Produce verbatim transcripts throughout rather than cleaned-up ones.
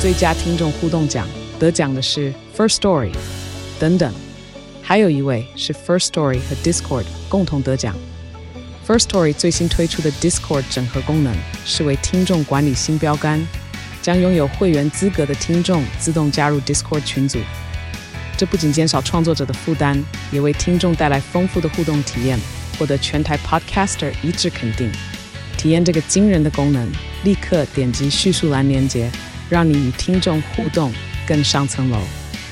最佳听众互动奖，得奖的是 First Story 等等。还有一位是 First Story 和 Discord 共同得奖。First Story 最新推出的 Discord 整合功能是为听众管理新标杆，将拥有会员资格的听众自动加入 Discord 群组。这不仅减少创作者的负担，也为听众带来丰富的互动体验，获得全台 Podcaster 一致肯定。体验这个惊人的功能，立刻点击叙述栏连结，让你与听众互动更上层楼。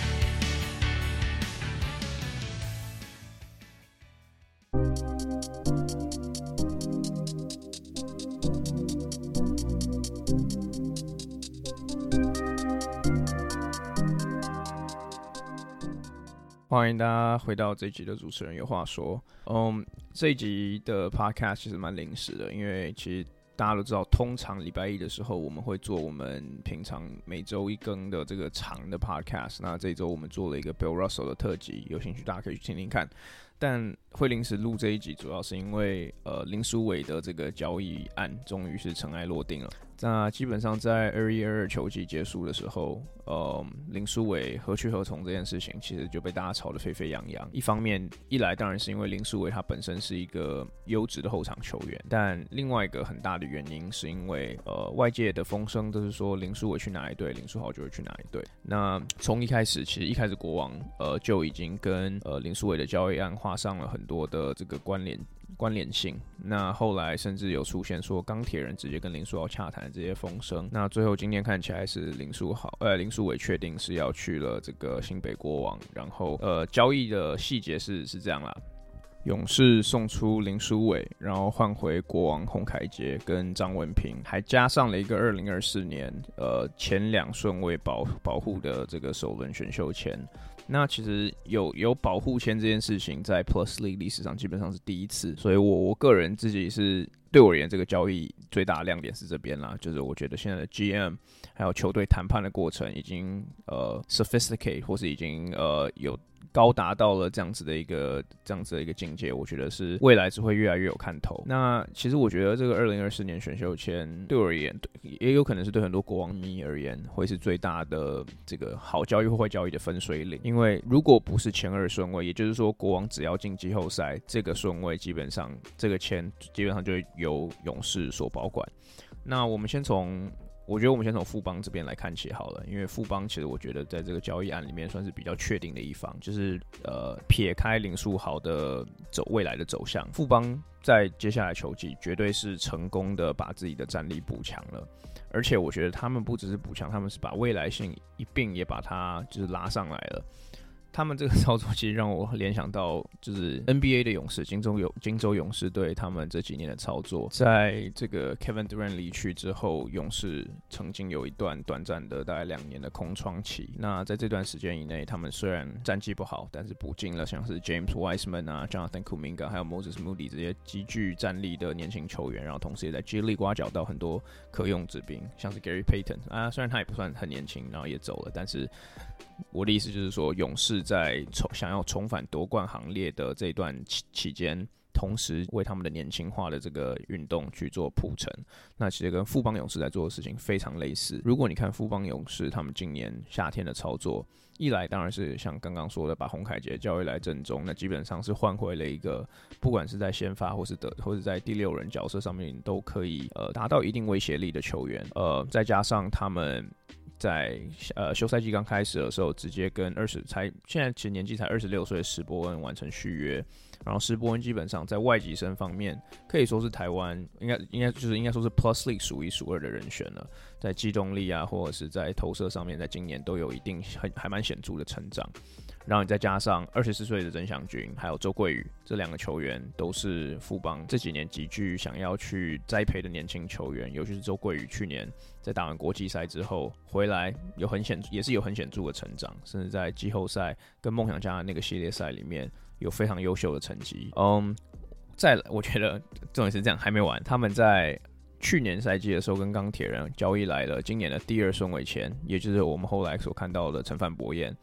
欢迎大家回到这一集的主持人有话说。嗯，这一集的 podcast 其实蛮临时的，因为其实大家都知道，通常礼拜一的时候我们会做我们平常每周一更的这个长的 podcast。那这一周我们做了一个 Bill Russell 的特辑，有兴趣大家可以去听听看。但会临时录这一集，主要是因为呃林书伟的这个交易案终于是尘埃落定了。那基本上在二一二二球季结束的时候，呃，林书伟何去何从这件事情，其实就被大家吵得沸沸扬扬。一方面，一来当然是因为林书伟他本身是一个优质的后场球员，但另外一个很大的原因是因为呃外界的风声都是说林书伟去哪一队，林书豪就会去哪一队。那从一开始，其实一开始国王呃就已经跟呃林书伟的交易案画上了很多的这个关联。关联性，那后来甚至有出现说钢铁人直接跟林书豪洽谈的这些风声。那最后今天看起来是林书豪，呃，林书伟确定是要去了这个新北国王，然后呃，交易的细节是是这样啦。勇士送出林书伟，然后换回国王洪凯杰跟张文平，还加上了一个二零二四年呃前两顺位保保护的这个首轮选秀签。那其实有有保护签这件事情，在 Plus League 历史上基本上是第一次，所以我我个人自己是对我而言，这个交易最大的亮点是这边啦，就是我觉得现在的 G M 还有球队谈判的过程已经呃 sophisticate 或是已经呃有高达到了这样子的一个这样子的一个境界，我觉得是未来只会越来越有看头。那其实我觉得这个二零二四年选秀签对我而言，也有可能是对很多国王迷而言，会是最大的这个好交易或坏交易的分水岭。因为如果不是前二顺位，也就是说国王只要进季后赛，这个顺位基本上这个签基本上就会由勇士所保管。那我们先从我觉得我们先从富邦这边来看起好了，因为富邦其实我觉得在这个交易案里面算是比较确定的一方，就是呃撇开林书豪的走未来的走向，富邦在接下来球季绝对是成功的把自己的战力补强了，而且我觉得他们不只是补强，他们是把未来性一并也把它就是拉上来了。他们这个操作其实让我联想到，就是 N B A 的勇士，金州勇金州勇士队他们这几年的操作。在这个 Kevin Durant 离去之后，勇士曾经有一段短暂的大概两年的空窗期。那在这段时间以内，他们虽然战绩不好，但是补进了像是 James Wiseman 啊、Jonathan Kuminga 还有 Moses Moody 这些极具战力的年轻球员，然后同时也在 G League 刮角到很多可用之兵，像是 Gary Payton 啊，虽然他也不算很年轻，然后也走了，但是我的意思就是说，勇士在想要重返夺冠行列的这一段期间，同时为他们的年轻化的这个运动去做铺陈。那其实跟富邦勇士在做的事情非常类似。如果你看富邦勇士他们今年夏天的操作，一来当然是像刚刚说的把洪凯杰交易来阵中，那基本上是换回了一个不管是在先发或是得或是在第六人角色上面都可以呃达到一定威胁力的球员。呃，再加上他们在呃休赛季刚开始的时候，直接跟二十才现在其实年纪才二十六岁的史伯恩完成续约，然后史伯恩基本上在外籍生方面可以说是台湾应该应该就是应该说是 Plus League 数一数二的人选了，在机动力啊或者是在投射上面，在今年都有一定很还蛮显著的成长。然后你再加上二十四岁的曾祥钧还有周桂宇这两个球员，都是富邦这几年极具想要去栽培的年轻球员，尤其是周桂宇去年在打完国际赛之后回来有很显也是有很显著的成长，甚至在季后赛跟梦想家的那个系列赛里面有非常优秀的成绩。嗯，再来我觉得重点是这样还没完，他们在去年赛季的时候跟钢铁人交易来了今年的第二顺位签，也就是我们后来所看到的陈范博彦。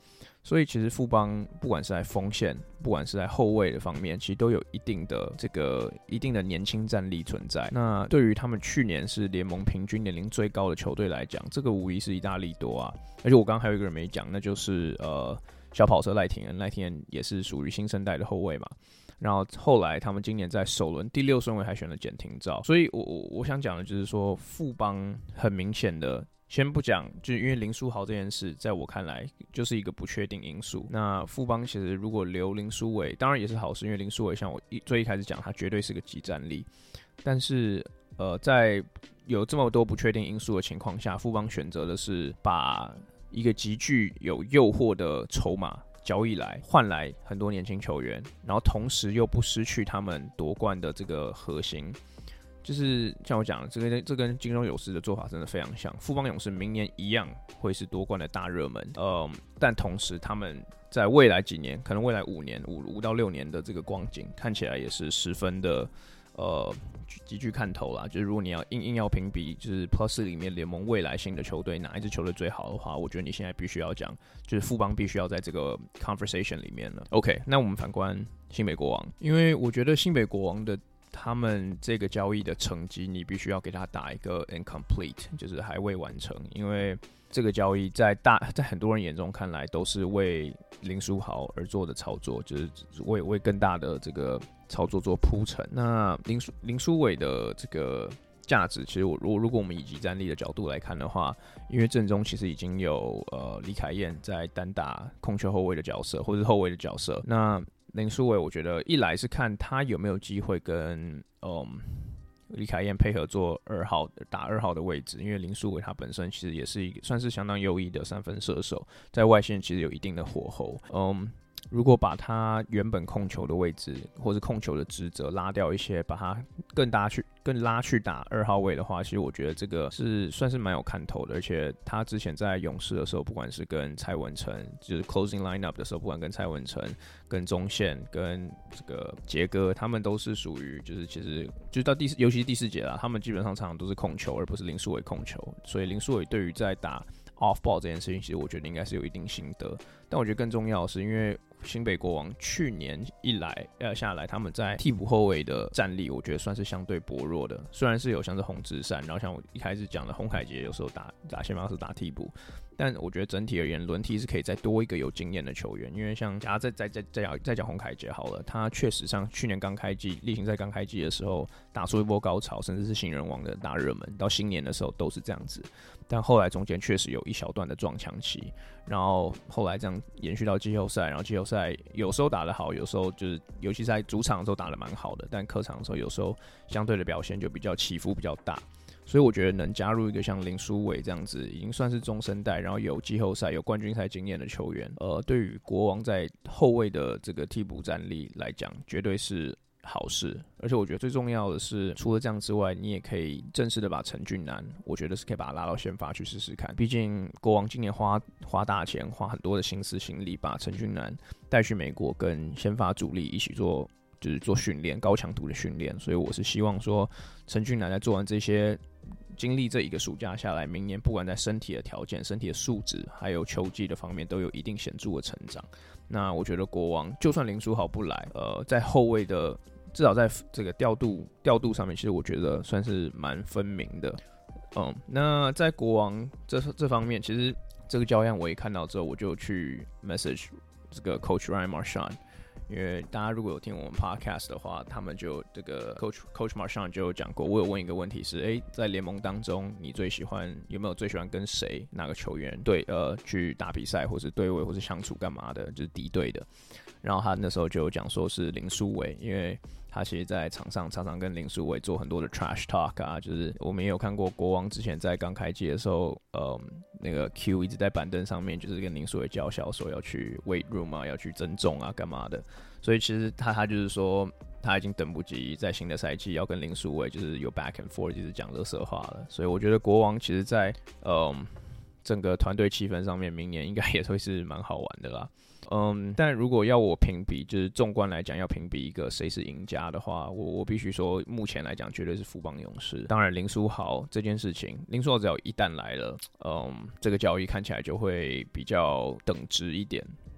所以其实富邦不管是在锋线，不管是在后卫的方面，其实都有一定的这个一定的年轻战力存在。那对于他们去年是联盟平均年龄最高的球队来讲，这个无疑是一大利多啊。而且我刚刚还有一个人没讲，那就是呃小跑车赖廷恩，赖廷恩也是属于新生代的后卫嘛。然后后来他们今年在首轮第六顺位还选了简廷照，所以我我我想讲的就是说，富邦很明显的。先不讲，就是因为林书豪这件事，在我看来就是一个不确定因素。那富邦其实如果留林书伟，当然也是好事，因为林书伟像我一最一开始讲，他绝对是个即战力。但是，呃，在有这么多不确定因素的情况下，富邦选择的是把一个极具有诱惑的筹码交易来，换来很多年轻球员，然后同时又不失去他们夺冠的这个核心。就是像我讲的，这跟这跟金州勇士的做法真的非常像。富邦勇士明年一样会是夺冠的大热门，呃，但同时他们在未来几年，可能未来五年、五五到六年的这个光景，看起来也是十分的呃极具看头啦。就是如果你要硬硬要评比，就是 Plus 里面联盟未来性的球队哪一支球队最好的话，我觉得你现在必须要讲，就是富邦必须要在这个 conversation 里面了。OK， 那我们反观新北国王，因为我觉得新北国王的。他们这个交易的成绩，你必须要给他打一个 incomplete， 就是还未完成，因为这个交易在大在很多人眼中看来都是为林书豪而做的操作，就是为为更大的这个操作做铺陈。那林书林书伟的这个价值，其实我如果如果我们以即战力的角度来看的话，因为阵中其实已经有呃李凯燕在单打控球后卫的角色，或是后卫的角色，那。林书伟，我觉得一来是看他有没有机会跟嗯李凯燕配合做二号打二号的位置，因为林书伟他本身其实也是一个算是相当优异的三分射手，在外线其实有一定的火候。嗯，如果把他原本控球的位置或是控球的职责拉掉一些，把他更拉去更拉去打二号位的话，其实我觉得这个是算是蛮有看头的。而且他之前在勇士的时候，不管是跟蔡文成，就是 closing lineup 的时候，不管跟蔡文成、跟中线、跟这个杰哥，他们都是属于就是其实就是到第四，尤其是第四节啦，他们基本上常常都是控球，而不是林书伟控球。所以林书伟对于在打 off ball 这件事情，其实我觉得应该是有一定心得。但我觉得更重要的是，因为新北国王去年一来呃下来，他们在替补后卫的战力，我觉得算是相对薄弱的。虽然是有像是洪志善，然后像我一开始讲的洪凯杰，有时候打打先发是打替补，但我觉得整体而言，轮替是可以再多一个有经验的球员。因为像假如再再再再讲再讲洪凯杰好了，他确实像去年刚开季，例行赛刚开季的时候打出一波高潮，甚至是新人王的大热门，到新年的时候都是这样子。但后来中间确实有一小段的撞墙期，然后后来这样延续到季后赛，然后季后赛有时候打得好，有时候就是尤其是在主场的时候打得蛮好的，但客场的时候有时候相对的表现就比较起伏比较大。所以我觉得能加入一个像林书伟这样子已经算是中生代，然后有季后赛有冠军赛经验的球员，呃，对于国王在后卫的这个替补战力来讲，绝对是好事。而且我觉得最重要的是，除了这样之外，你也可以正式的把陈俊南，我觉得是可以把他拉到先发去试试看。毕竟国王今年花花大钱，花很多的心思心力，把陈俊南带去美国跟先发主力一起做，就是做训练，高强度的训练。所以我是希望说，陈俊南在做完这些。经历这一个暑假下来，明年不管在身体的条件、身体的素质，还有球技的方面，都有一定显著的成长。那我觉得国王就算林书豪不来，呃，在后卫的至少在这个调度调度上面，其实我觉得算是蛮分明的。嗯，那在国王这这方面，其实这个交易我一看到之后，我就去 message 这个 Coach Ryan Marchand。因为大家如果有听我们 podcast 的话，他们就这个 Coach Coach Marchand 就有讲过，我有问一个问题是，哎，在联盟当中，你最喜欢有没有最喜欢跟谁哪个球员对呃去打比赛，或是对位，或是相处干嘛的，就是敌对的。然后他那时候就有讲说是林书伟，因为他其实在场上常常跟林书伟做很多的 trash talk 啊，就是我们也有看过国王之前在刚开季的时候，呃，那个 Q 一直在板凳上面就是跟林书伟叫嚣说要去 weight room 啊，要去增重啊，干嘛的。所以其实他他就是说他已经等不及在新的赛季要跟林书伟就是有 back and forth 就是讲垃圾话了。所以我觉得国王其实在嗯整个团队气氛上面，明年应该也会是蛮好玩的啦。嗯，但如果要我评比，就是纵观来讲，要评比一个谁是赢家的话，我我必须说，目前来讲绝对是富邦勇士。当然，林书豪这件事情，林书豪只要一旦来了，嗯，这个交易看起来就会比较等值一点。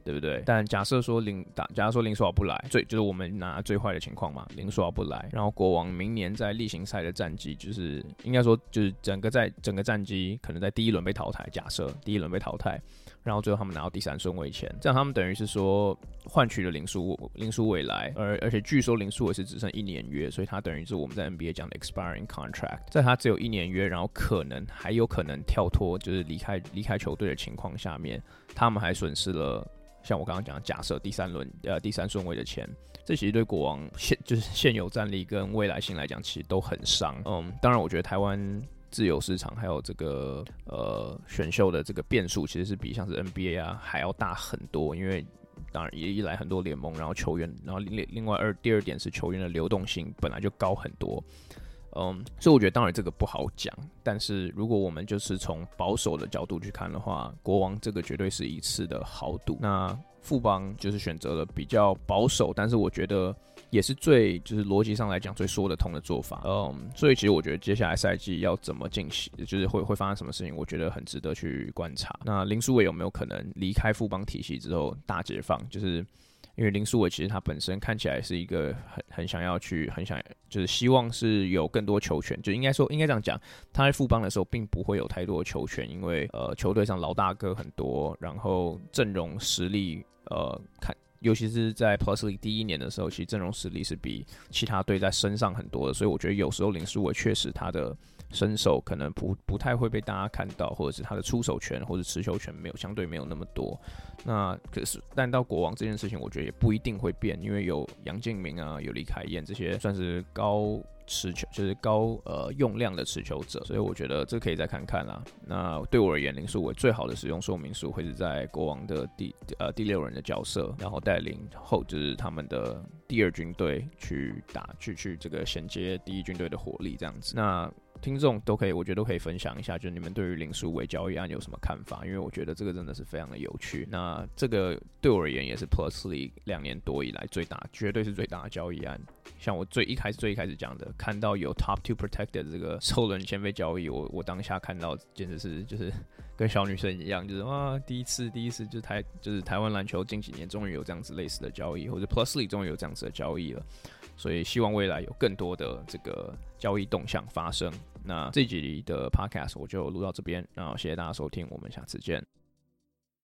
对不对？但假设说林打，假如说林书豪不来，最就是我们拿最坏的情况嘛，林书豪不来，然后国王明年在例行赛的战绩，就是应该说就是整个在整个战绩可能在第一轮被淘汰，假设第一轮被淘汰，然后最后他们拿到第三顺位前，这样他们等于是说换取了林书林书伟来，而而且据说林书伟是只剩一年约，所以他等于是我们在 N B A 讲的 expiring contract， 在他只有一年约，然后可能还有可能跳脱就是离开离开球队的情况下面，他们还损失了。像我刚刚讲的，假设第三轮呃第三顺位的钱，这其实对国王现就是现有战力跟未来性来讲，其实都很伤。嗯，当然我觉得台湾自由市场还有这个呃选秀的这个变数，其实是比像是 N B A 啊还要大很多，因为当然也一来很多联盟，然后球员，然后另另外二第二点是球员的流动性本来就高很多。嗯，所以我觉得当然这个不好讲，但是如果我们就是从保守的角度去看的话，国王这个绝对是一次的豪赌。那富邦就是选择了比较保守，但是我觉得也是最就是逻辑上来讲最说得通的做法。嗯，所以其实我觉得接下来赛季要怎么进行，就是会会发生什么事情，我觉得很值得去观察。那林书伟有没有可能离开富邦体系之后大解放？就是因为林书伟其实他本身看起来是一个很很想要去很想就是希望是有更多球权，就应该说应该这样讲，他在富邦的时候并不会有太多的球权，因为呃球队上老大哥很多，然后阵容实力呃看。尤其是在 Plus League 第一年的时候，其实阵容实力是比其他队在身上很多的，所以我觉得有时候林书伟确实他的身手可能 不, 不太会被大家看到，或者是他的出手权或者持球权没有相对没有那么多。那可是，但到国王这件事情，我觉得也不一定会变，因为有杨敬明啊，有李凯燕这些算是高持球，就是高呃用量的持球者，所以我觉得这可以再看看啦。那对我而言，林书伟最好的使用说明书会是在国王的第呃第六人的角色，然后带领后就是他们的第二军队去打去去这个衔接第一军队的火力这样子。那听众都可以，我觉得都可以分享一下，就是你们对于林书伟交易案有什么看法？因为我觉得这个真的是非常的有趣。那这个对我而言也是 Plus League 两年多以来最大，绝对是最大的交易案。像我最一开始最一开始讲的，看到有 Top Two Protected 这个首轮签费交易，我我当下看到简直是就是跟小女生一样，就是哇，第一次第一次就是台就是台湾篮球近几年终于有这样子类似的交易，或者 Plus League 终于有这样子的交易了。所以希望未来有更多的这个交易动向发生。那这一集的 Podcast 我就录到这边，然后谢谢大家收听，我们下次见。